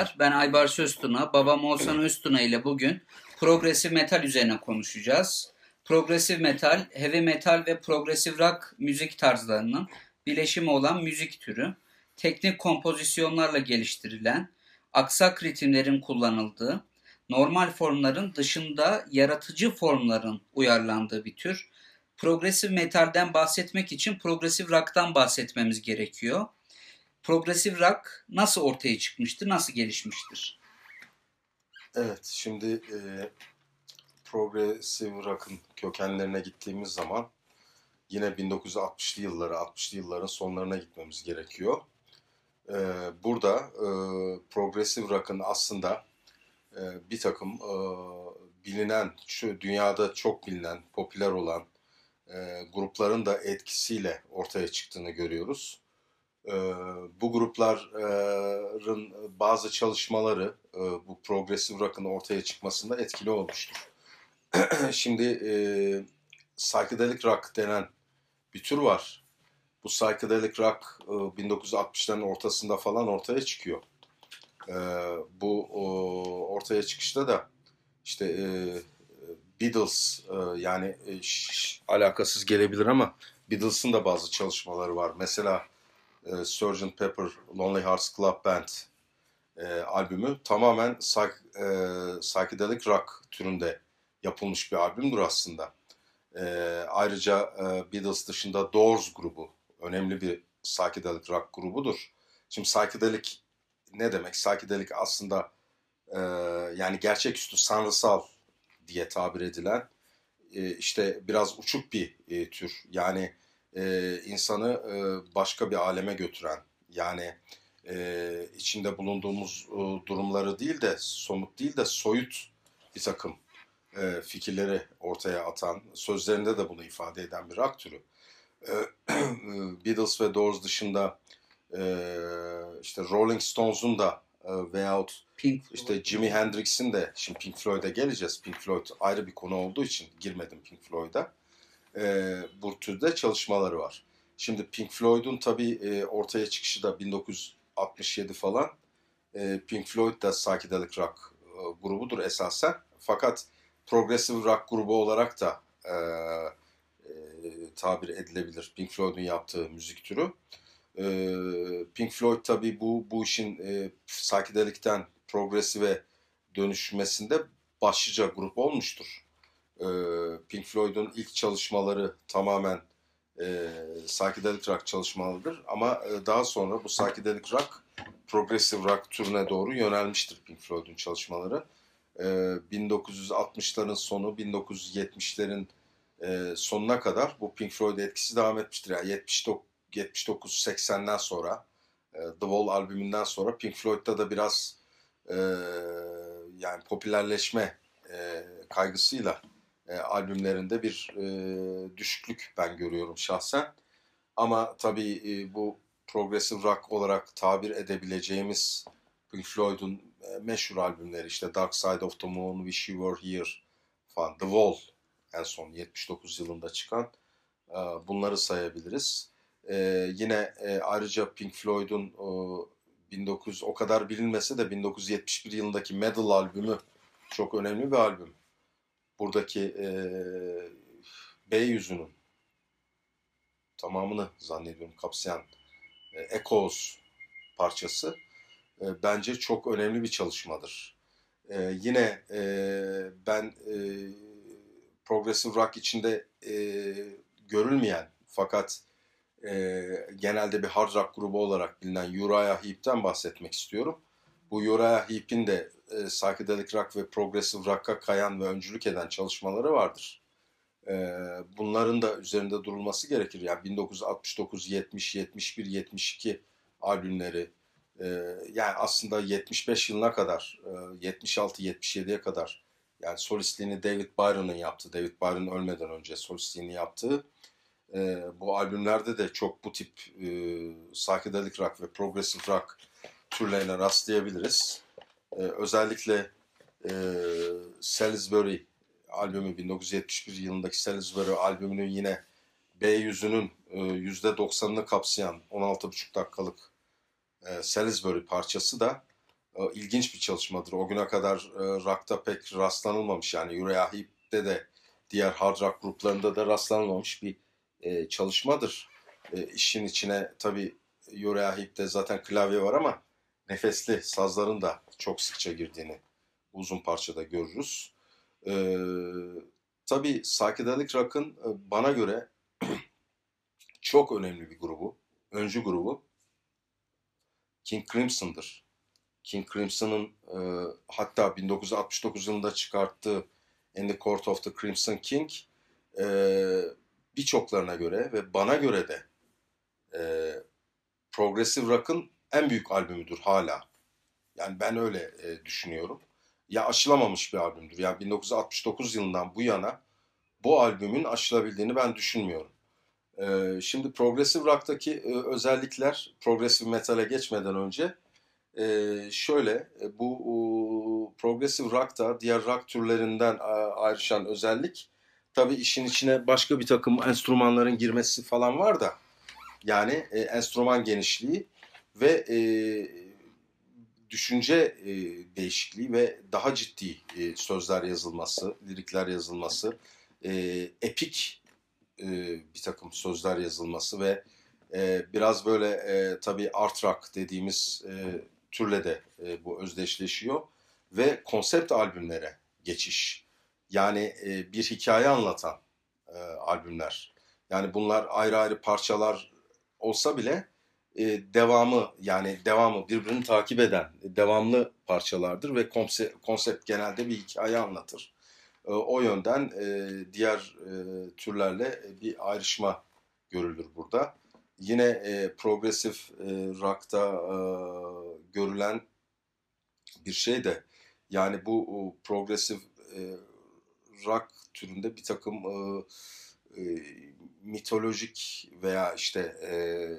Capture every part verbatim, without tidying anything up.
Merhabalar, ben Aybars Öztuna, babam Oğuzhan Öztuna ile bugün progresif metal üzerine konuşacağız. Progresif metal, heavy metal ve progresif rock müzik tarzlarının bileşimi olan müzik türü. Teknik kompozisyonlarla geliştirilen, aksak ritimlerin kullanıldığı, normal formların dışında yaratıcı formların uyarlandığı bir tür. Progresif metalden bahsetmek için progresif rock'tan bahsetmemiz gerekiyor. Progresif rock nasıl ortaya çıkmıştır, nasıl gelişmiştir? Evet, şimdi e, progressive rock'ın kökenlerine gittiğimiz zaman yine bin dokuz yüz altmışlı yıllara, altmışlı yılların sonlarına gitmemiz gerekiyor. E, burada e, progressive rock'ın aslında e, bir takım e, bilinen, şu dünyada çok bilinen, popüler olan e, grupların da etkisiyle ortaya çıktığını görüyoruz. Ee, bu grupların bazı çalışmaları e, bu progressive rock'ın ortaya çıkmasında etkili olmuştur. Şimdi e, psychedelic rock denen bir tür var. Bu psychedelic rock e, bin dokuz yüz altmışların ortasında falan ortaya çıkıyor. E, bu o, ortaya çıkışta da işte e, Beatles e, yani e, şş, alakasız gelebilir ama Beatles'ın da bazı çalışmaları var. Mesela e, sergeant Pepper Lonely Hearts Club Band e, albümü tamamen psych, e, psychedelic rock türünde yapılmış bir albümdür aslında. E, ayrıca e, Beatles dışında Doors grubu önemli bir psychedelic rock grubudur. Şimdi psychedelic ne demek? Psychedelic aslında e, yani gerçeküstü sanrısal diye tabir edilen e, işte biraz uçuk bir e, tür. Yani e, insanı e, başka bir aleme götüren, yani e, içinde bulunduğumuz e, durumları değil de somut değil de soyut bir takım e, fikirleri ortaya atan, sözlerinde de bunu ifade eden bir rock türü. E, Beatles ve Doors dışında e, işte Rolling Stones'un da e, veyahut Pink işte Jimi Hendrix'in de, şimdi Pink Floyd'a geleceğiz. Pink Floyd ayrı bir konu olduğu için girmedim Pink Floyd'a. E, bu türde çalışmaları var. Şimdi Pink Floyd'un tabii e, ortaya çıkışı da bin dokuz yüz altmış yedi falan. E, Pink Floyd da psychedelic rock e, grubudur esasen. Fakat progressive rock grubu olarak da e, e, tabir edilebilir Pink Floyd'un yaptığı müzik türü. E, Pink Floyd tabii bu bu işin e, psychedelic'ten progressive dönüşmesinde başlıca grup olmuştur. E, Pink Floyd'un ilk çalışmaları tamamen e, psychedelic rock çalışmalarıdır ama e, daha sonra bu psychedelic rock progressive rock türüne doğru yönelmiştir Pink Floyd'un çalışmaları. E, bin dokuz yüz altmışların sonu, bin dokuz yüz yetmişlerin e, sonuna kadar bu Pink Floyd etkisi devam etmiştir. Yani yetmiş dokuz seksenden sonra e, The Wall albümünden sonra Pink Floyd'da da biraz e, yani popülerleşme e, kaygısıyla e, albümlerinde bir e, düşüklük ben görüyorum şahsen. Ama tabii e, bu progressive rock olarak tabir edebileceğimiz Pink Floyd'un e, meşhur albümleri işte Dark Side of the Moon, Wish You Were Here falan, The Wall en son yetmiş dokuz yılında çıkan e, bunları sayabiliriz. E, yine e, ayrıca Pink Floyd'un e, bin dokuz yüz o kadar bilinmese de bin dokuz yüz yetmiş bir yılındaki Meddle albümü çok önemli bir albüm. Buradaki e, B yüzünün tamamını zannediyorum kapsayan e, Echoes parçası e, bence çok önemli bir çalışmadır. E, yine e, ben e, progressive rock içinde e, görülmeyen fakat e, genelde bir hard rock grubu olarak bilinen Uriah Heep'ten bahsetmek istiyorum. Bu Uriah Heep'in de e, psychedelic rock ve progressive rock'a kayan ve öncülük eden çalışmaları vardır. E, bunların da üzerinde durulması gerekir. Yani bin dokuz yüz altmış dokuz, yetmiş, yetmiş bir, yetmiş iki albümleri, e, yani aslında yetmiş beş yılına kadar, e, yetmiş altı yetmiş yediye kadar, yani solistliğini David Byron'ın yaptığı, David Byron ölmeden önce solistliğini yaptığı e, bu albümlerde de çok bu tip e, psychedelic rock ve progressive rock türlerine rastlayabiliriz. E, özellikle e, Salisbury albümü, bin dokuz yüz yetmiş bir yılındaki Salisbury albümünün yine B yüzünün e, yüzde doksanını kapsayan on altı buçuk dakikalık e, Salisbury parçası da e, ilginç bir çalışmadır. O güne kadar e, rock'ta pek rastlanılmamış. Yani Uriah Heep'te de diğer hard rock gruplarında da rastlanılmamış bir e, çalışmadır. E, işin içine tabii Uriah Heep'te zaten klavye var ama nefesli sazların da çok sıkça girdiğini uzun parçada görürüz. E, tabii psychedelic rock'ın e, bana göre çok önemli bir grubu, öncü grubu King Crimson'dır. King Crimson'ın e, hatta bin dokuz yüz altmış dokuz yılında çıkarttığı In the Court of the Crimson King e, birçoklarına göre ve bana göre de e, Progressive Rock'ın en büyük albümüdür hala. Yani ben öyle e, düşünüyorum. Ya aşılamamış bir albümdür. Yani bin dokuz yüz altmış dokuz yılından bu yana bu albümün aşılabildiğini ben düşünmüyorum. E, şimdi Progressive Rock'taki e, özellikler Progressive Metal'e geçmeden önce Ee, şöyle, e, bu o, Progressive Rock'ta diğer rock türlerinden a, ayrışan özellik tabii işin içine başka bir takım enstrümanların girmesi falan var da yani e, enstrüman genişliği ve e, düşünce e, değişikliği ve daha ciddi e, sözler yazılması, lirikler yazılması, e, epik e, bir takım sözler yazılması ve e, biraz böyle e, tabii art rock dediğimiz e, türle de e, bu özdeşleşiyor ve konsept albümlere geçiş. Yani e, bir hikaye anlatan e, albümler. Yani bunlar ayrı ayrı parçalar olsa bile e, devamı yani devamı birbirini takip eden devamlı parçalardır ve konsept, konsept genelde bir hikaye anlatır. E, o yönden e, diğer e, türlerle bir ayrışma görülür burada. Yine e, progresif e, rock'ta e, görülen bir şey de yani bu o, progresif e, rock türünde bir takım e, e, mitolojik veya işte e,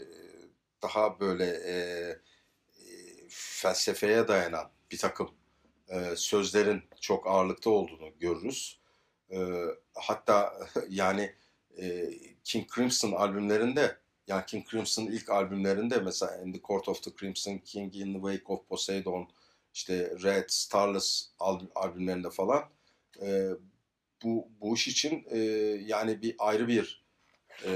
daha böyle e, e, felsefeye dayanan bir takım e, sözlerin çok ağırlıkta olduğunu görürüz. E, hatta yani e, King Crimson albümlerinde yani King Crimson ilk albümlerinde mesela In the Court of the Crimson King, In the Wake of Poseidon, işte Red, Starless albümlerinde falan e, bu bu iş için e, yani bir ayrı bir e,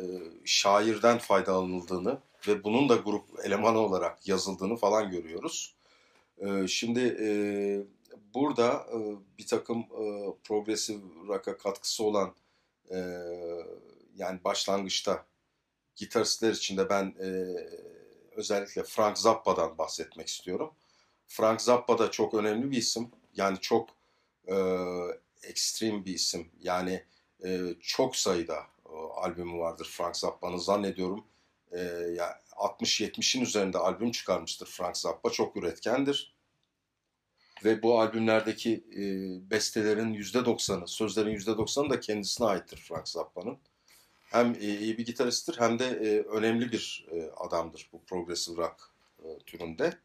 şairden faydalanıldığını ve bunun da grup elemanı olarak yazıldığını falan görüyoruz. E, şimdi e, burada e, bir takım e, progressive rock'a katkısı olan e, yani başlangıçta gitaristler için de ben e, özellikle Frank Zappa'dan bahsetmek istiyorum. Frank Zappa da çok önemli bir isim. Yani çok e, ekstrem bir isim. Yani e, çok sayıda e, albümü vardır Frank Zappa'nın. Zannediyorum e, yani altmış yetmişin üzerinde albüm çıkarmıştır Frank Zappa. Çok üretkendir. Ve bu albümlerdeki e, bestelerin yüzde doksanı, sözlerin yüzde doksanı da kendisine aittir Frank Zappa'nın. Hem e, iyi bir gitaristtir hem de e, önemli bir e, adamdır bu progressive rock e, türünde.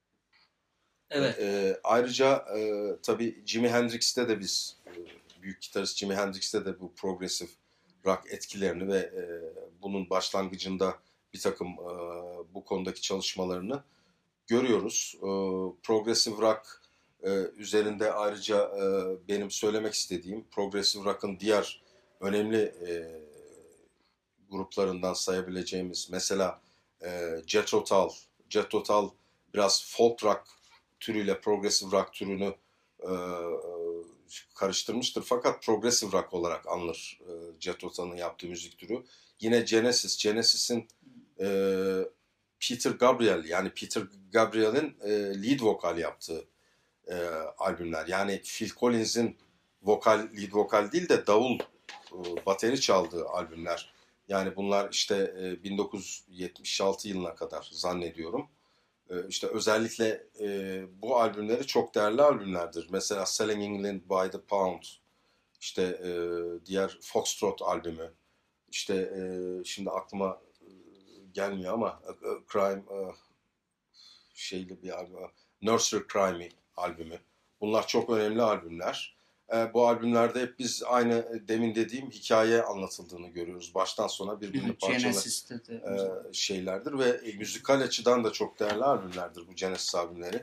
Evet. E, ayrıca e, tabii Jimi Hendrix'te de biz, e, büyük gitarist Jimi Hendrix'te de bu progressive rock etkilerini ve e, bunun başlangıcında bir takım e, bu konudaki çalışmalarını görüyoruz. E, progressive rock e, üzerinde ayrıca e, benim söylemek istediğim progressive rock'ın diğer önemli e, gruplarından sayabileceğimiz mesela e, Jethro Tull. Jethro Tull biraz folk rock türüyle progressive rock türünü e, karıştırmıştır. Fakat progressive rock olarak anılır e, Jethro Tull'ın yaptığı müzik türü. Yine Genesis. Genesis'in e, Peter Gabriel yani Peter Gabriel'in e, lead vokal yaptığı e, albümler. Yani Phil Collins'in vokal, lead vokal değil de davul, e, bateri çaldığı albümler. Yani bunlar işte e, bin dokuz yüz yetmiş altı yılına kadar zannediyorum. E, işte özellikle e, bu albümleri çok değerli albümlerdir. Mesela Selling England by the Pound, işte e, diğer Foxtrot albümü, işte e, şimdi aklıma e, gelmiyor ama e, Crime e, şeyli bir albüm, Nursery Crimey albümü. Bunlar çok önemli albümler. E, bu albümlerde hep biz aynı demin dediğim hikaye anlatıldığını görüyoruz. Baştan sona birbirini parçalı e, şeylerdir ve e, müzikal açıdan da çok değerli albümlerdir bu Genesis albümleri.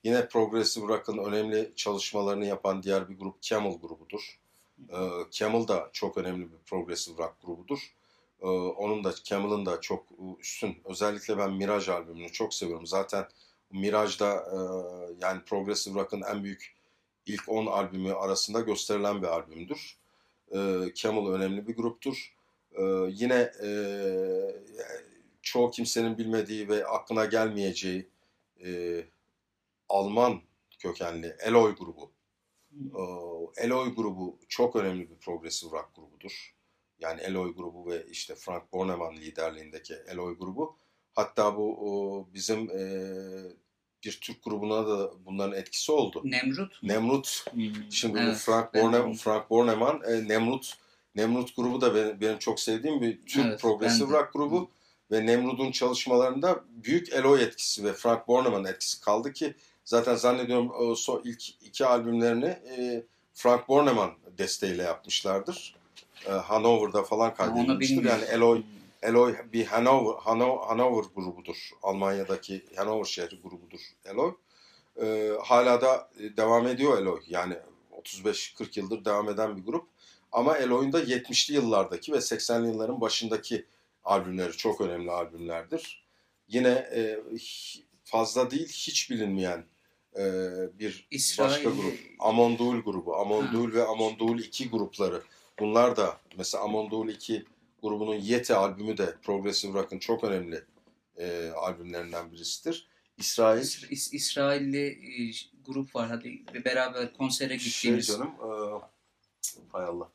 Yine Progressive Rock'ın önemli çalışmalarını yapan diğer bir grup Camel grubudur. Ee, Camel da çok önemli bir Progressive Rock grubudur. Ee, onun da Camel'ın da çok üstün. Özellikle ben Mirage albümünü çok seviyorum. Zaten Mirage'da e, yani Progressive Rock'ın en büyük ilk on albümü arasında gösterilen bir albümdür. Ee, Camel önemli bir gruptur. Ee, yine e, çoğu kimsenin bilmediği ve aklına gelmeyeceği e, Alman kökenli Eloy grubu. Ee, Eloy grubu çok önemli bir progressive rock grubudur. Yani Eloy grubu ve işte Frank Bornemann liderliğindeki Eloy grubu. Hatta bu o, bizim e, bir Türk grubuna da bunların etkisi oldu. Nemrut mu? Nemrut. Hmm, Şimdi evet, bu Frank Bornemann, Frank Bornemann e, Nemrut. Nemrut grubu da benim, benim çok sevdiğim bir Türk evet, progressive rock grubu. Hı. Ve Nemrut'un çalışmalarında büyük Eloy etkisi ve Frank Bornemann etkisi kaldı ki zaten zannediyorum o son ilk iki albümlerini e, Frank Bornemann desteğiyle yapmışlardır. E, Hanover'da falan kaydedilmiştir. Yani Eloy Eloy bir Hanover, Hanover, Hanover grubudur. Almanya'daki Hanover şehri grubudur Eloy. E, hala da devam ediyor Eloy. Yani otuz beş kırk yıldır devam eden bir grup. Ama Eloy'un da yetmişli yıllardaki ve seksenli yılların başındaki albümleri çok önemli albümlerdir. Yine e, fazla değil hiç bilinmeyen e, bir İsrail... başka grup. Amondoul grubu. Amondoul ve Amondoul iki grupları. Bunlar da mesela Amondoul iki grubunun Yeti albümü de Progressive Rock'ın çok önemli e, albümlerinden birisidir. İsrail İs- İs- İsrailli e, grup var. Hadi beraber konsere gittiğimiz. Şey canım e, hay Allah.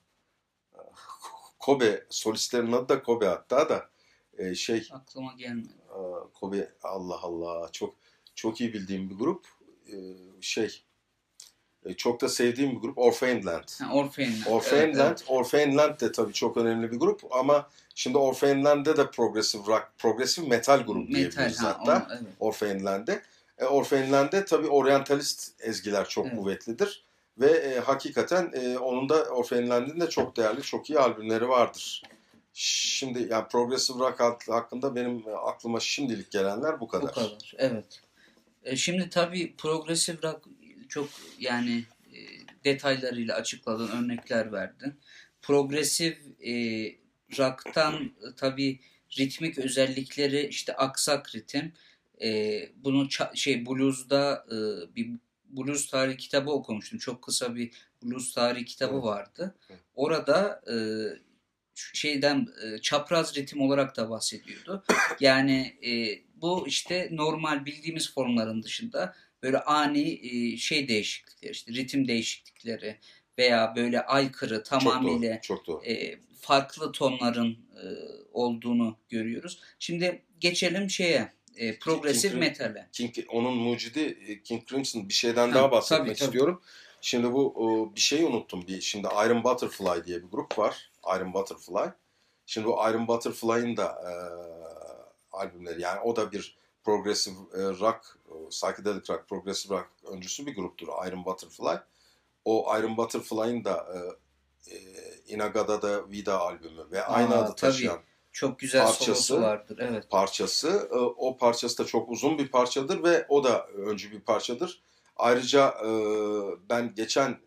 Kobe solistlerin adı da Kobe hatta da e, şey aklıma gelmedi. E, Kobe Allah Allah çok çok iyi bildiğim bir grup. E, şey e, çok da sevdiğim bir grup Orphaned Land. Ha, Orphaned Land. Orphaned evet, Land, evet. Orphaned Land de tabii çok önemli bir grup ama şimdi Orphaned Land'de de progressive rock, progressive metal grubu diyebiliriz ha, hatta. Onu, evet. Orphaned Land'de. E, Orphaned Land'de tabii oryantalist ezgiler çok evet. kuvvetlidir. Ve e, hakikaten e, onun da Orphaned Land'in de çok değerli, çok iyi albümleri vardır. Şimdi yani Progressive Rock hakkında benim aklıma şimdilik gelenler bu kadar. Bu kadar, evet. E, şimdi tabii Progressive Rock çok yani e, detaylarıyla açıkladın, örnekler verdin. Progressive e, Rock'tan e, tabii ritmik özellikleri işte aksak ritim. E, bunu ça- şey blues'da e, bir blues tarihi kitabı okumuştum. Çok kısa bir blues tarihi kitabı evet. vardı. Evet. Orada e, şeyden e, çapraz ritim olarak da bahsediyordu. Yani e, bu işte normal bildiğimiz formların dışında böyle ani e, şey değişiklikleri, işte ritim değişiklikleri veya böyle aykırı tamamıyla çok doğru, çok doğru. E, farklı tonların e, olduğunu görüyoruz. Şimdi geçelim şeye. E, progressive King, metale. King, onun mucidi King Crimson bir şeyden ha, daha bahsetmek tabii, tabii. istiyorum. Şimdi bu o, bir şeyi unuttum. Bir, şimdi Iron Butterfly diye bir grup var. Iron Butterfly. Şimdi bu Iron Butterfly'ın da e, albümleri yani o da bir progressive e, rock, psychedelic rock, progressive rock öncüsü bir gruptur Iron Butterfly. O Iron Butterfly'ın da e, e, Inagada da Vida albümü ve Aa, aynı adı taşıyan tabii. Çok güzel parçası, solosu vardır. Evet. Parçası. O parçası da çok uzun bir parçadır ve o da öncü bir parçadır. Ayrıca ben geçen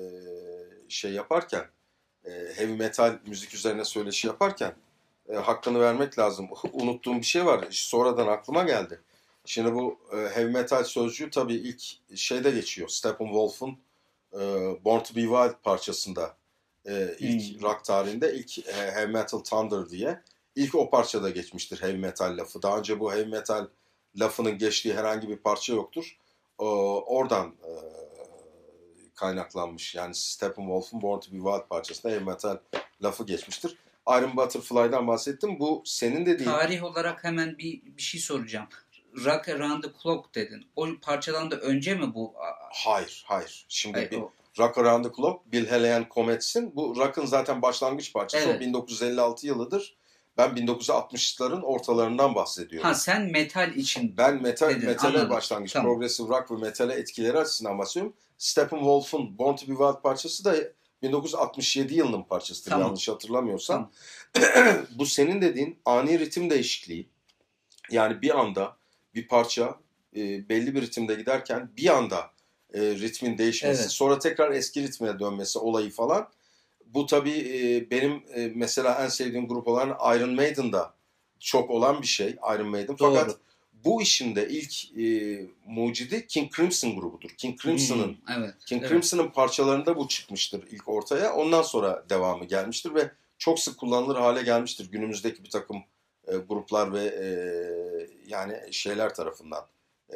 şey yaparken heavy metal müzik üzerine söyleşi yaparken hakkını vermek lazım. Unuttuğum bir şey var. Sonradan aklıma geldi. Şimdi bu heavy metal sözcüğü tabii ilk şeyde geçiyor. Steppenwolf'un Born to be Wild parçasında ilk hmm. rock tarihinde ilk heavy metal thunder diye İlk o parçada geçmiştir heavy metal lafı. Daha önce bu heavy metal lafının geçtiği herhangi bir parça yoktur. Ee, oradan e, kaynaklanmış. Yani Steppenwolf'un Born to be Wild parçasında heavy metal lafı geçmiştir. Iron Butterfly'dan bahsettim. Bu senin dediğin... Tarih olarak hemen bir, bir şey soracağım. Rock Around the Clock dedin. O parçadan da önce mi bu? Hayır, hayır. Şimdi hayır, bir... O. Rock Around the Clock, Bill Haley Comets'in. Bu rock'ın zaten başlangıç parçası. Evet. bin dokuz yüz elli altı yılıdır. Ben bin dokuz yüz altmışların ortalarından bahsediyorum. Ha sen metal için Ben metal dedin, metale anladım. başlangıç, tamam. progressive rock ve metale etkileri açısından bahsediyorum. Steppenwolf'un Born to be Wild parçası da bin dokuz yüz altmış yedi yılının parçasıdır tamam. yanlış hatırlamıyorsam. Tamam. Bu senin dediğin ani ritim değişikliği. Yani bir anda bir parça e, belli bir ritimde giderken bir anda e, ritmin değişmesi, Evet. sonra tekrar eski ritmine dönmesi olayı falan. Bu tabii e, benim e, mesela en sevdiğim grup olan Iron Maiden'da çok olan bir şey, Iron Maiden. Fakat Doğru. bu işin de ilk e, mucidi King Crimson grubudur. King Crimson'ın Hmm, evet. King Evet. Crimson'ın parçalarında bu çıkmıştır ilk ortaya. Ondan sonra devamı gelmiştir ve çok sık kullanılır hale gelmiştir günümüzdeki bir takım e, gruplar ve e, yani şeyler tarafından, e,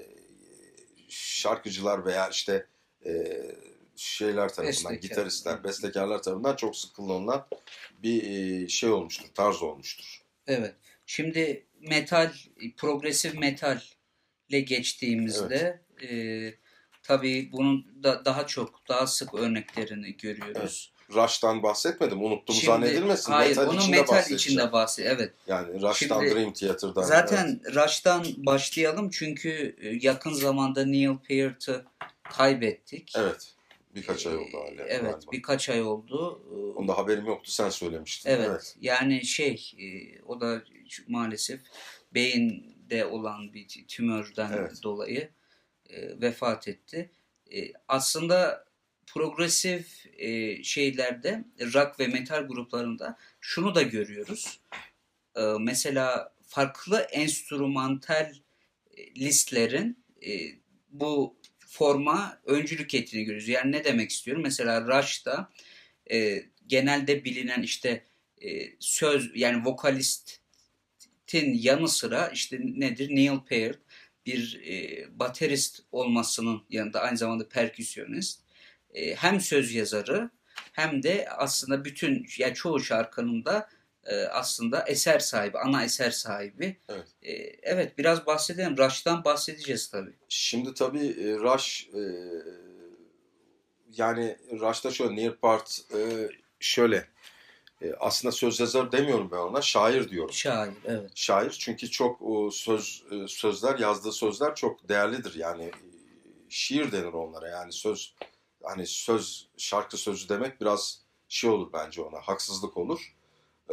şarkıcılar veya işte e, şeyler tarafından, Bestekar. gitaristler, bestekarlar tarafından çok sık kullanılan bir e, şey olmuştur, tarz olmuştur. Evet. Şimdi metal, progresif metalle Evet, geçtiğimizde e, tabii bunun da daha çok, daha sık örneklerini evet. görüyoruz. Rush'tan bahsetmedim, unuttum Şimdi zannedilmesin. hayır, Metal onu içinde metal bahsedeceğim. içinde bahsediyor. Evet. Yani Rush'tan, Şimdi Dream Theater'dan, evet. zaten Rush'tan başlayalım çünkü e, yakın zamanda Neil Peart'ı kaybettik. Evet, birkaç ay oldu hala Evet, galiba. birkaç ay oldu. Onda haberim yoktu, sen söylemiştin. Evet, Evet, yani şey, e, o da maalesef beyinde olan bir tümörden evet, dolayı e, vefat etti. E, aslında progresif e, şeylerde, rock ve metal gruplarında şunu da görüyoruz. E, mesela farklı enstrümantal e, listlerin e, bu forma öncülük ettiğini görüyoruz. Yani ne demek istiyorum? Mesela Rush'ta e, genelde bilinen işte e, söz yani vokalistin yanı sıra işte nedir? Neil Peart bir e, baterist olmasının yanında aynı zamanda perküsyonist. E, hem söz yazarı hem de aslında bütün yani çoğu şarkının da e, aslında eser sahibi, ana eser sahibi. evet. E, evet biraz bahsedelim. Rush'tan bahsedeceğiz tabii. Şimdi tabii e, Rush, e, yani Rush'ta şöyle, Neil Peart e, şöyle, e, aslında söz yazar demiyorum ben ona, şair diyorum. Şair, evet. Şair çünkü çok o söz e, sözler, yazdığı sözler çok değerlidir. Yani e, şiir denir onlara. Yani söz, hani söz, şarkı sözü demek biraz şey olur bence, ona haksızlık olur. Ee,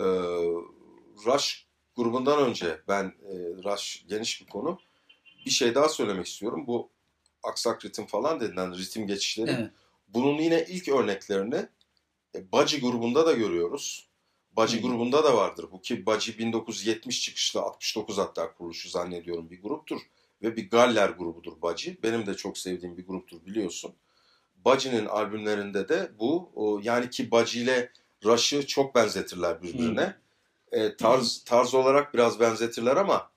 Rush grubundan önce ben, e, Rush geniş bir konu. Bir şey daha söylemek istiyorum. Bu aksak ritim falan denilen ritim geçişleri. Evet. Bunun yine ilk örneklerini e, Budgie grubunda da görüyoruz. Budgie Hmm. grubunda da vardır bu, ki Budgie bin dokuz yüz yetmiş çıkışlı, altmış dokuz hatta kuruluşu zannediyorum bir gruptur. Ve bir Galler grubudur Budgie. Benim de çok sevdiğim bir gruptur, biliyorsun. Budgie'nin albümlerinde de bu, o, yani ki Budgie ile Rush'ı çok benzetirler birbirine. Hmm. E, tarz tarz olarak biraz benzetirler ama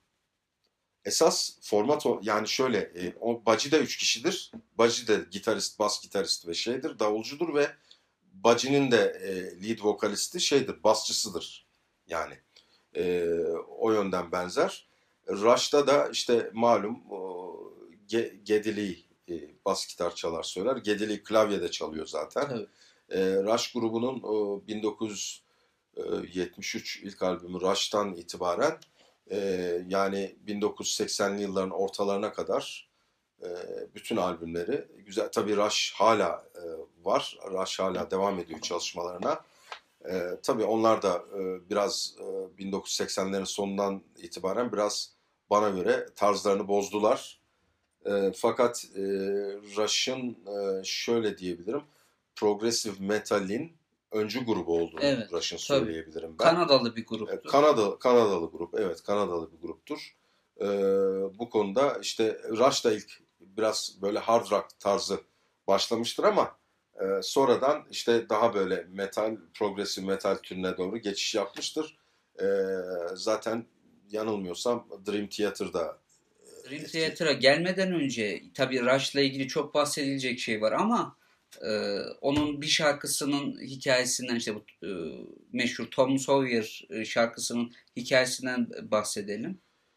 esas format o, yani şöyle, e, o Budgie de üç kişidir. Budgie de gitarist, bas gitarist ve şeydir, davulcudur ve Budgie'nin de e, lead vokalisti şeydir, basçısıdır. Yani e, o yönden benzer. Rush'ta da işte malum o, Ge, Geddy Lee e, bas gitar çalar söyler. Geddy Lee klavye de çalıyor zaten. Tabii. E, Rush grubunun o, bin dokuz yüz yetmiş üç ilk albümü Rush'tan itibaren e, yani bin dokuz yüz seksenli yılların ortalarına kadar e, bütün albümleri güzel. Tabii Rush hala e, var. Rush hala devam ediyor çalışmalarına. E, tabii onlar da e, biraz e, bin dokuz yüz seksenlerin sonundan itibaren biraz bana göre tarzlarını bozdular. E, fakat e, Rush'ın e, şöyle diyebilirim, progressive metalin öncü grubu olduğunu Evet. Rush'ın Tabii. söyleyebilirim ben. Kanadalı bir E, gruptu. Kanada Kanadalı grup, evet, Kanadalı bir gruptur. E, bu konuda işte Rush da ilk biraz böyle hard rock tarzı başlamıştır ama e, sonradan işte daha böyle metal, progressive metal türüne doğru geçiş yapmıştır. E, zaten yanılmıyorsam Dream Theater'da Dream etki. Theater'a gelmeden önce tabii Rush'la ilgili çok bahsedilecek şey var ama e, onun bir şarkısının hikayesinden işte bu e, meşhur Tom Sawyer e, şarkısının hikayesinden bahsedelim.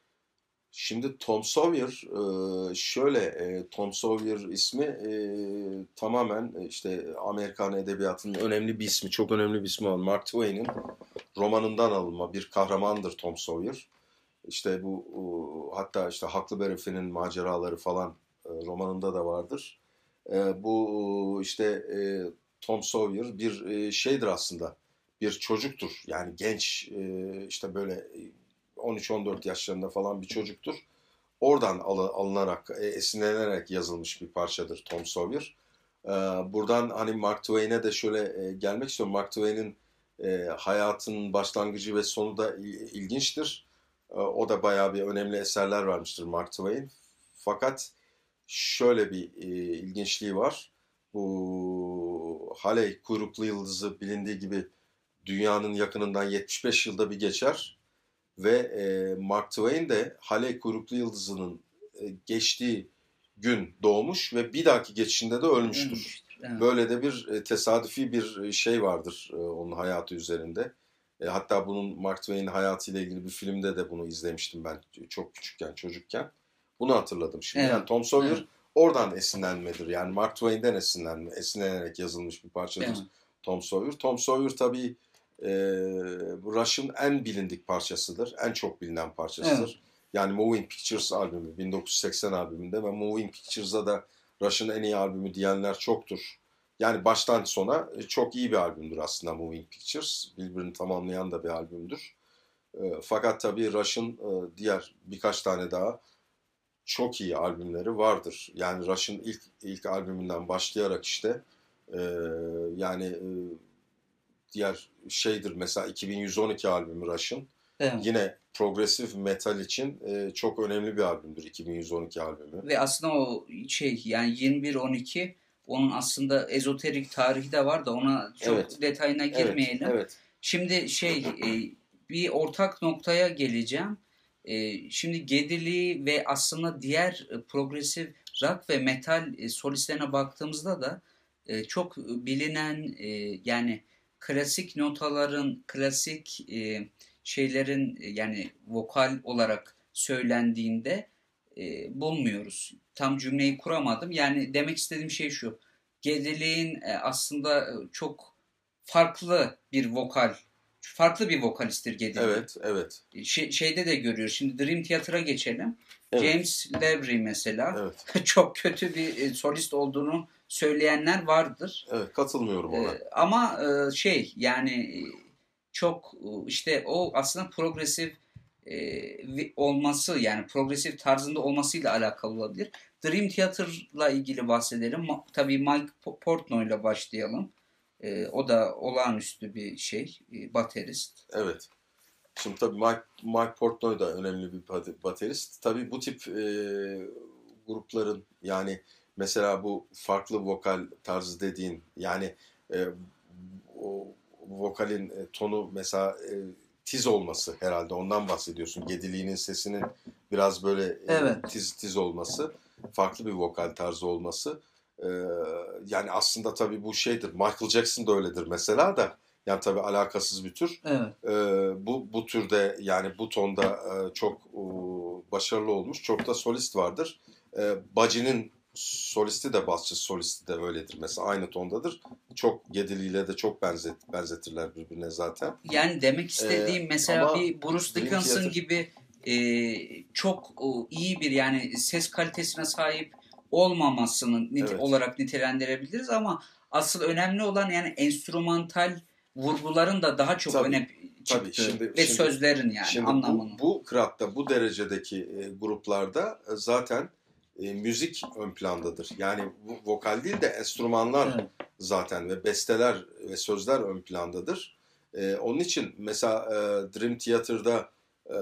Şimdi Tom Sawyer, e, şöyle, e, Tom Sawyer ismi e, tamamen e, işte Amerikan edebiyatının önemli bir ismi, çok önemli bir ismi olan Mark Twain'in romanından alınma bir kahramandır Tom Sawyer. İşte bu o, hatta işte Huckleberry Finn'in maceraları falan e, romanında da vardır. E, bu işte e, Tom Sawyer bir e, şeydir aslında, bir çocuktur. Yani genç, e, işte böyle on üç on dört yaşlarında falan bir çocuktur. oradan alınarak, esinlenerek yazılmış bir parçadır Tom Sawyer. Buradan hani Mark Twain'e de şöyle gelmek istiyorum. Mark Twain'in hayatının başlangıcı ve sonu da ilginçtir. O da bayağı bir önemli eserler vermiştir Mark Twain. Fakat şöyle bir ilginçliği var. Bu Halley kuyruklu yıldızı bilindiği gibi dünyanın yakınından yetmiş beş yılda bir geçer. Ve Mark Twain de Halley kuyruklu yıldızının geçtiği gün doğmuş ve bir dahaki geçişinde de ölmüştür. Evet. Böyle de bir tesadüfi bir şey vardır onun hayatı üzerinde. Hatta bunun Mark Twain'in hayatıyla ilgili bir filmde de bunu izlemiştim ben çok küçükken, çocukken. Bunu hatırladım şimdi. Evet. Yani Tom Sawyer evet. oradan esinlenmedir. Yani Mark Twain'den esinlenme, esinlenerek yazılmış bir parçadır evet. Tom Sawyer. Tom Sawyer tabii e, Rush'ın en bilindik parçasıdır. En çok bilinen parçasıdır. Evet. Yani Moving Pictures albümü, bin dokuz yüz seksen albümünde ve Moving Pictures'a da Rush'ın en iyi albümü diyenler çoktur. Yani baştan sona çok iyi bir albümdür aslında Moving Pictures. Birbirini tamamlayan da bir albümdür. E, fakat tabii Rush'ın e, diğer birkaç tane daha çok iyi albümleri vardır. Yani Rush'ın ilk ilk albümünden başlayarak işte e, yani e, diğer şeydir mesela iki bin yüz on iki albümü Rush'ın. Evet. Yine progresif metal için e, çok önemli bir albümdür iki bin yüz on iki albümü. Ve aslında o şey yani yirmi bir on iki onun aslında ezoterik tarihi de var da ona çok evet. detayına girmeyelim. Evet. Evet. Şimdi şey e, bir ortak noktaya geleceğim. E, şimdi Geddy ve aslında diğer e, progresif rock ve metal e, solistlerine baktığımızda da e, çok bilinen e, yani klasik notaların, klasik e, şeylerin yani vokal olarak söylendiğinde e, bulmuyoruz. Tam cümleyi kuramadım. Yani demek istediğim şey şu. Geddy'nin e, aslında çok farklı bir vokal, farklı bir vokalisttir Geddy. Evet, evet. Şey, şeyde de görüyoruz. Şimdi Dream Theater'a geçelim. Evet. James Labrie mesela evet. çok kötü bir e, solist olduğunu söyleyenler vardır. Evet, katılmıyorum ona. E, ama e, şey yani çok işte o aslında progresif e, olması yani progresif tarzında olmasıyla alakalı olabilir. Dream Theater'la ilgili bahsedelim. Ma- tabii Mike Portnoy ile başlayalım. E, o da olağanüstü bir şey, e, baterist. Evet. Şimdi tabii Mike, Mike Portnoy da önemli bir baterist. Tabii bu tip e, grupların yani mesela bu farklı vokal tarzı dediğin yani e, o vokalin e, tonu mesela e, tiz olması herhalde ondan bahsediyorsun. Geddy'nin sesinin biraz böyle e, evet. tiz tiz olması, farklı bir vokal tarzı olması. E, yani aslında tabii bu şeydir. Michael Jackson da öyledir mesela da. Yani tabii alakasız bir tür. Evet. E, bu bu türde yani bu tonda e, çok e, başarılı olmuş. Çok da solist vardır. E, Budgie'nin solisti de basçı solisti de öyledir mesela aynı tondadır. Çok Geddy ile de çok benzet, benzetirler birbirine zaten. Yani demek istediğim ee, mesela bir Bruce Dickinson gibi e, çok o, iyi bir yani ses kalitesine sahip olmamasını nite, evet. olarak nitelendirebiliriz ama asıl önemli olan yani enstrümantal vurguların da daha çok tabii, öne çıktı tabii, şimdi, ve şimdi, sözlerin yani şimdi anlamını. Bu, bu kıratta bu derecedeki e, gruplarda e, zaten E, müzik ön plandadır. Yani bu, vokal değil de enstrümanlar evet. zaten ve besteler ve sözler ön plandadır. E, onun için mesela e, Dream Theater'da e,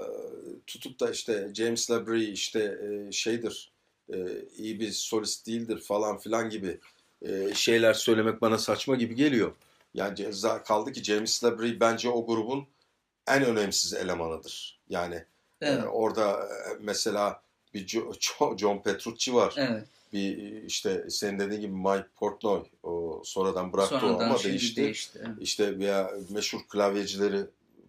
tutup da işte James Labrie işte e, şeydir, e, iyi bir solist değildir falan filan gibi e, şeyler söylemek bana saçma gibi geliyor. Yani kaldı ki James Labrie bence o grubun en önemsiz elemanıdır. Yani evet. e, orada e, mesela bir John Petrucci var. Evet. Bir işte senin dediğin gibi Mike Portnoy o sonradan bıraktı sonradan o ama değişti. değişti evet. İşte veya meşhur klavyecileri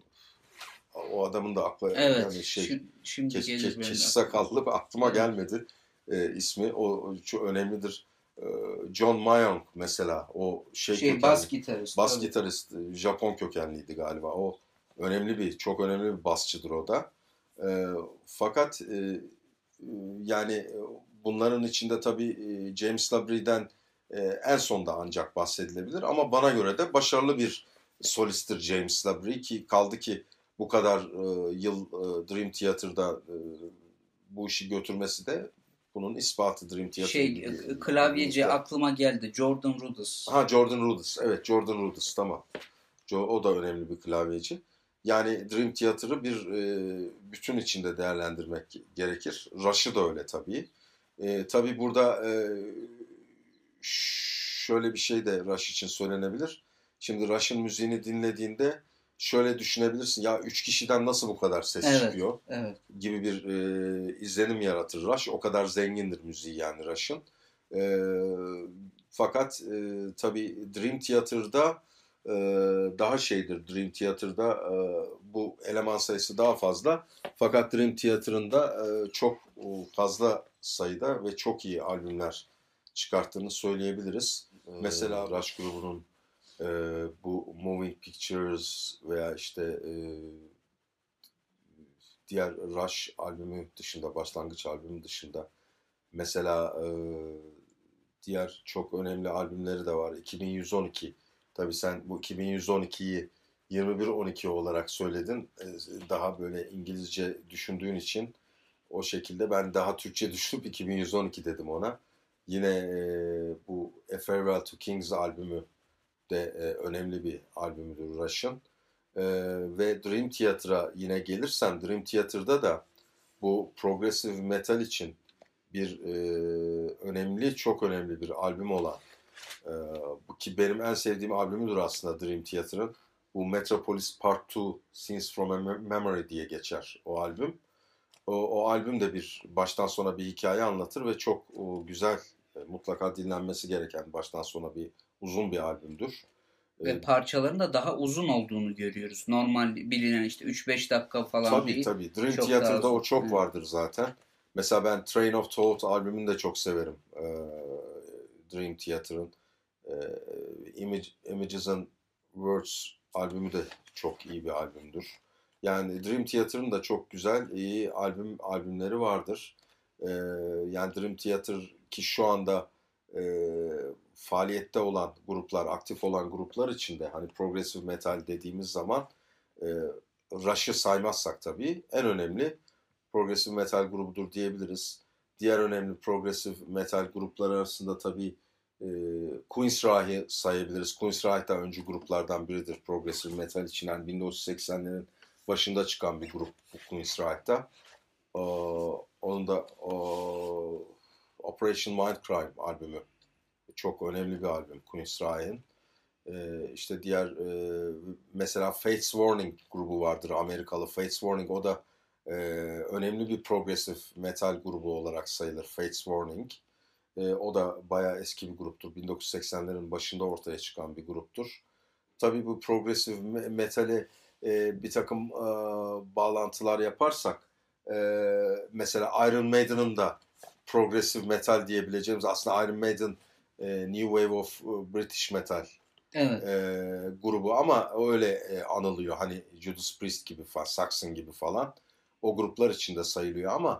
o adamın da aklı evet. yani şey şimdi, şimdi kes, ke, keçi sakallı aklıma evet. gelmedi e, ismi. O, o çok önemlidir. E, John Mayong mesela o şey, şey bas gitarist. Bas tabii. gitarist Japon kökenliydi galiba. O önemli bir çok önemli bir basçıdır o da. E, fakat e, yani bunların içinde tabii James Labrie'den en sonda ancak bahsedilebilir ama bana göre de başarılı bir solisttir James Labrie ki kaldı ki bu kadar yıl Dream Theater'da bu işi götürmesi de bunun ispatı. Dream Theater Şey, gibi, klavyeci grupta. aklıma geldi. Jordan Rudess. Ha, Jordan Rudess. Evet, Jordan Rudess, tamam. O da önemli bir klavyeci. Yani Dream Theater'ı bir e, bütün içinde değerlendirmek gerekir. Rush'ı da öyle tabii. E, tabii burada e, şöyle bir şey de Rush için söylenebilir. Şimdi Rush'ın müziğini dinlediğinde şöyle düşünebilirsin. Ya üç kişiden nasıl bu kadar ses Evet, çıkıyor? evet. Gibi bir e, izlenim yaratır Rush. O kadar zengindir müziği yani Rush'ın. E, fakat e, tabii Dream Theater'da e, daha şeydir. Dream Theater'da e, bu eleman sayısı daha fazla. Fakat Dream Theater'ın da e, çok fazla sayıda ve çok iyi albümler çıkarttığını söyleyebiliriz. E, Mesela Rush grubunun e, bu Moving Pictures veya işte e, diğer Rush albümü dışında, başlangıç albümü dışında mesela e, diğer çok önemli albümleri de var. iki bin yüz on iki. Tabii sen bu iki bin yüz on ikiyi yirmi bir on iki olarak söyledin. E, daha böyle İngilizce düşündüğün için o şekilde ben daha Türkçe düşünüp iki bin yüz on iki dedim ona. Yine e, bu A Farewell to Kings albümü de e, önemli bir albümüdür Rush'ın. Ee, ve Dream Theater'a yine gelirsen, Dream Theater'da da bu progressive metal için bir e, önemli, çok önemli bir albüm olan, e, bu ki benim en sevdiğim albümüdür aslında Dream Theater'ın. Bu Metropolis Part iki Scenes from a Memory diye geçer o albüm. O, o albüm de bir baştan sona bir hikaye anlatır ve çok o, güzel, e, mutlaka dinlenmesi gereken baştan sona bir uzun bir albümdür. Ve parçaların da daha uzun olduğunu görüyoruz. Normal bilinen işte üç beş dakika falan tabii, değil. Tabii tabii. Dream Çok Theater'da o uzun. çok Evet. vardır zaten. Mesela ben Train of Thought albümünü de çok severim. Ee, Dream Theater'ın. Ee, Image, Images and Words albümü de çok iyi bir albümdür. Yani Dream Theater'ın da çok güzel, iyi albüm albümleri vardır. Ee, yani Dream Theater ki şu anda e, faaliyette olan gruplar, aktif olan gruplar içinde hani progressive metal dediğimiz zaman e, Rush'ı saymazsak tabii en önemli progressive metal grubudur diyebiliriz. Diğer önemli progressive metal grupları arasında tabii e, Queensryche'ı sayabiliriz. Queensryche da öncü gruplardan biridir progressive metal için. Yani bin dokuz yüz seksenlerin başında çıkan bir grup bu Queensryche'da. Ee, onun da o, Operation Mindcrime albümü çok önemli bir albüm Queensryche'ın. Ee, işte diğer e, mesela Fates Warning grubu vardır, Amerikalı Fates Warning. O da e, önemli bir progressive metal grubu olarak sayılır Fates Warning. E, o da bayağı eski bir gruptur. bin dokuz yüz seksenlerin başında ortaya çıkan bir gruptur. Tabii bu progressive metale e, bir takım e, bağlantılar yaparsak e, mesela Iron Maiden'ın da progressive metal diyebileceğimiz, aslında Iron Maiden e, New Wave of British Metal Evet. e, grubu ama öyle e, anılıyor. Hani Judas Priest gibi falan, Saxon gibi falan o gruplar içinde sayılıyor ama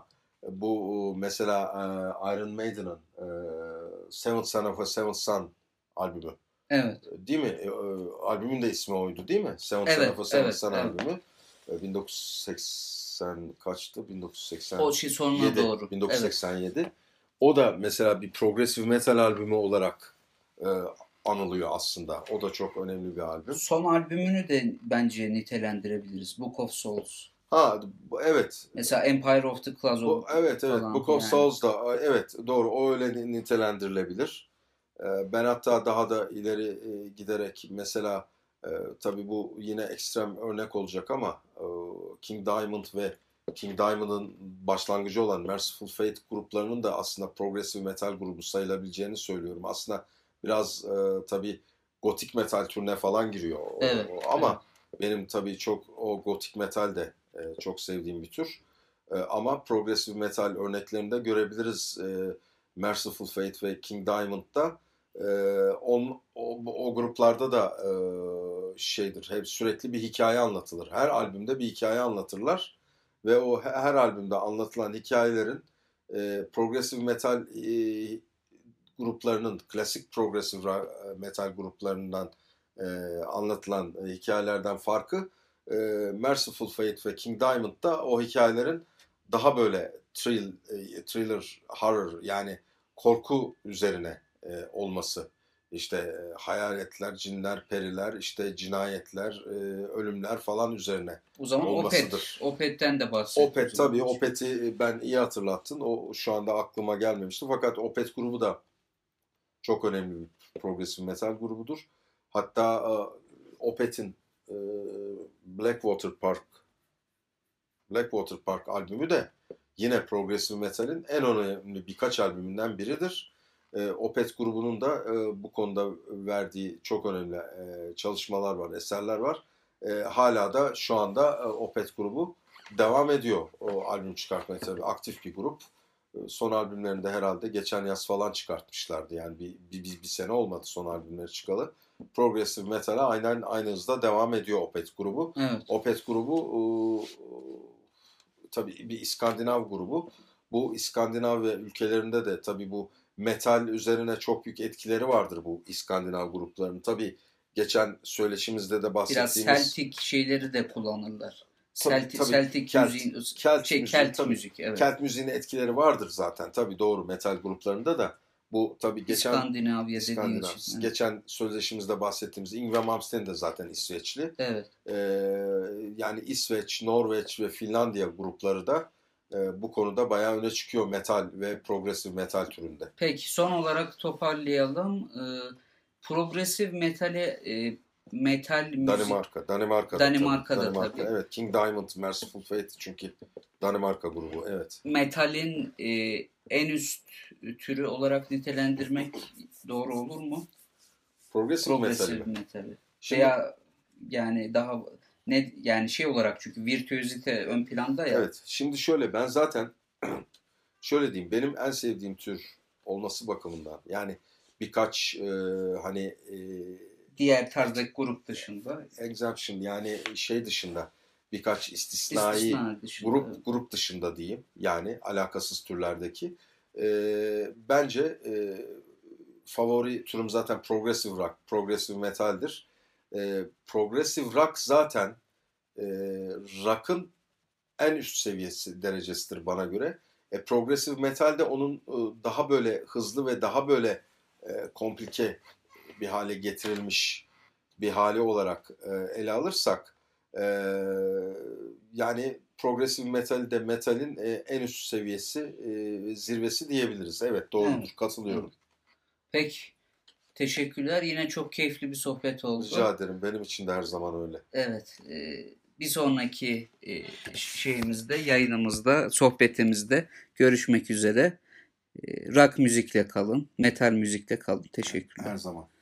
bu mesela e, Iron Maiden'ın e, Seventh Son of a Seventh Son albümü. Evet. Değil mi? E, albümün de ismi oydu değil mi? Seventh Evet, Son of a Seventh evet, Son evet. albümü. E, bin dokuz yüz seksen kaçtı? bin dokuz yüz seksen O şey sonuna doğru. bin dokuz yüz Evet. seksen yedi. O da mesela bir progressive metal albümü olarak e, anılıyor aslında. O da çok önemli bir albüm. Son albümünü de bence nitelendirebiliriz. Book of Souls. Ha, evet. Mesela Empire of the Clouds Bu, evet evet. falan Book of yani. Souls da evet doğru, o öyle nitelendirilebilir. E, ben hatta daha da ileri e, giderek mesela e, tabii bu yine ekstrem örnek olacak ama e, King Diamond ve King Diamond'ın başlangıcı olan Merciful Fate gruplarının da aslında progressive metal grubu sayılabileceğini söylüyorum. Aslında biraz e, tabii gotik metal türüne falan giriyor. Evet, o, ama evet. benim tabii çok o gotik metal de e, çok sevdiğim bir tür. E, ama progressive metal örneklerinde görebiliriz e, Merciful Fate ve King Diamond'da. E, on, o, o gruplarda da e, şeydir, hep sürekli bir hikaye anlatılır. Her albümde bir hikaye anlatırlar ve o her albümde anlatılan hikayelerin e, progressive metal e, gruplarının, klasik progressive metal gruplarından e, anlatılan e, hikayelerden farkı e, Merciful Fate ve King Diamond'da o hikayelerin daha böyle thrill, e, thriller, horror yani korku üzerine e, olması. İşte e, hayaletler, cinler, periler, işte cinayetler, e, ölümler falan üzerine O zaman olmasıdır. Opeth. Opeth'ten de bahsediyoruz. Opeth tabii. Opeth'i ben iyi hatırlattın. O şu anda aklıma gelmemişti. Fakat Opeth grubu da çok önemli bir progressive metal grubudur. Hatta e, Opeth'in e, Blackwater Park Blackwater Park albümü de yine progressive metalin en önemli birkaç albümünden biridir. E, Opeth grubunun da e, bu konuda verdiği çok önemli e, çalışmalar var, eserler var. E, hala da şu anda e, Opeth grubu devam ediyor. O albüm çıkartmaya tabii aktif bir grup. E, son albümlerinde herhalde geçen yaz falan çıkartmışlardı. Yani bir, bir, bir, bir sene olmadı son albümleri çıkalı. Progressive metal'e aynen aynı hızda devam ediyor Opeth grubu. Evet. Opeth grubu e, tabii bir İskandinav grubu. Bu İskandinav ve ülkelerinde de tabii bu metal üzerine çok büyük etkileri vardır bu İskandinav gruplarının. Tabii geçen söyleşimizde de bahsettiğimiz... Biraz Celtic şeyleri de kullanırlar. Tabii, Celtic, tabii, Celtic Kelt, müziğin, Kelt şey, müziği, Kelt tabii, müzik. Evet. Kelt müziğinin etkileri vardır zaten. Tabii doğru metal gruplarında da. Bu tabii geçen... İskandinavya İskandinav. dediğin için. Evet. Geçen sözleşimizde bahsettiğimiz Yngwie Malmsteen de zaten İsveçli. Evet. Ee, yani İsveç, Norveç ve Finlandiya grupları da e, bu konuda bayağı öne çıkıyor metal ve progressive metal türünde. Peki son olarak toparlayalım. Ee, progressive metale e, metal müzik... Danimarka. Danimarka'da, Danimarka'da tabii. Danimarka, tabii. evet. King Diamond, Merciful Fate çünkü Danimarka grubu. Evet. Metalin e, en üst türü olarak nitelendirmek doğru olur mu? Progressive, Progressive metali. metali. Şimdi, Veya yani daha ne yani şey olarak çünkü virtüözite ön planda ya. Evet. Şimdi şöyle ben zaten şöyle diyeyim benim en sevdiğim tür olması bakımından yani birkaç e, hani e, Diğer tarzdaki grup dışında. Exemption yani şey dışında birkaç istisnai İstisna dışında, grup evet. grup dışında diyeyim yani alakasız türlerdeki e, bence e, favori türüm zaten progressive rock, progressive metaldir. E, progressive rock zaten e, rock'ın en üst seviyesi derecesidir bana göre. E, progressive metal de onun e, daha böyle hızlı ve daha böyle e, komplike bir hale getirilmiş bir hali olarak e, ele alırsak e, yani progressive metal de metalin e, en üst seviyesi e, zirvesi diyebiliriz. Evet doğrudur. Evet. Katılıyorum. Evet. Peki. Teşekkürler. Yine çok keyifli bir sohbet oldu. Rica ederim. Benim için de her zaman öyle. Evet. E, bir sonraki e, şeyimizde, yayınımızda, sohbetimizde görüşmek üzere. E, rock müzikle kalın, metal müzikle kalın. Teşekkürler. Her zaman.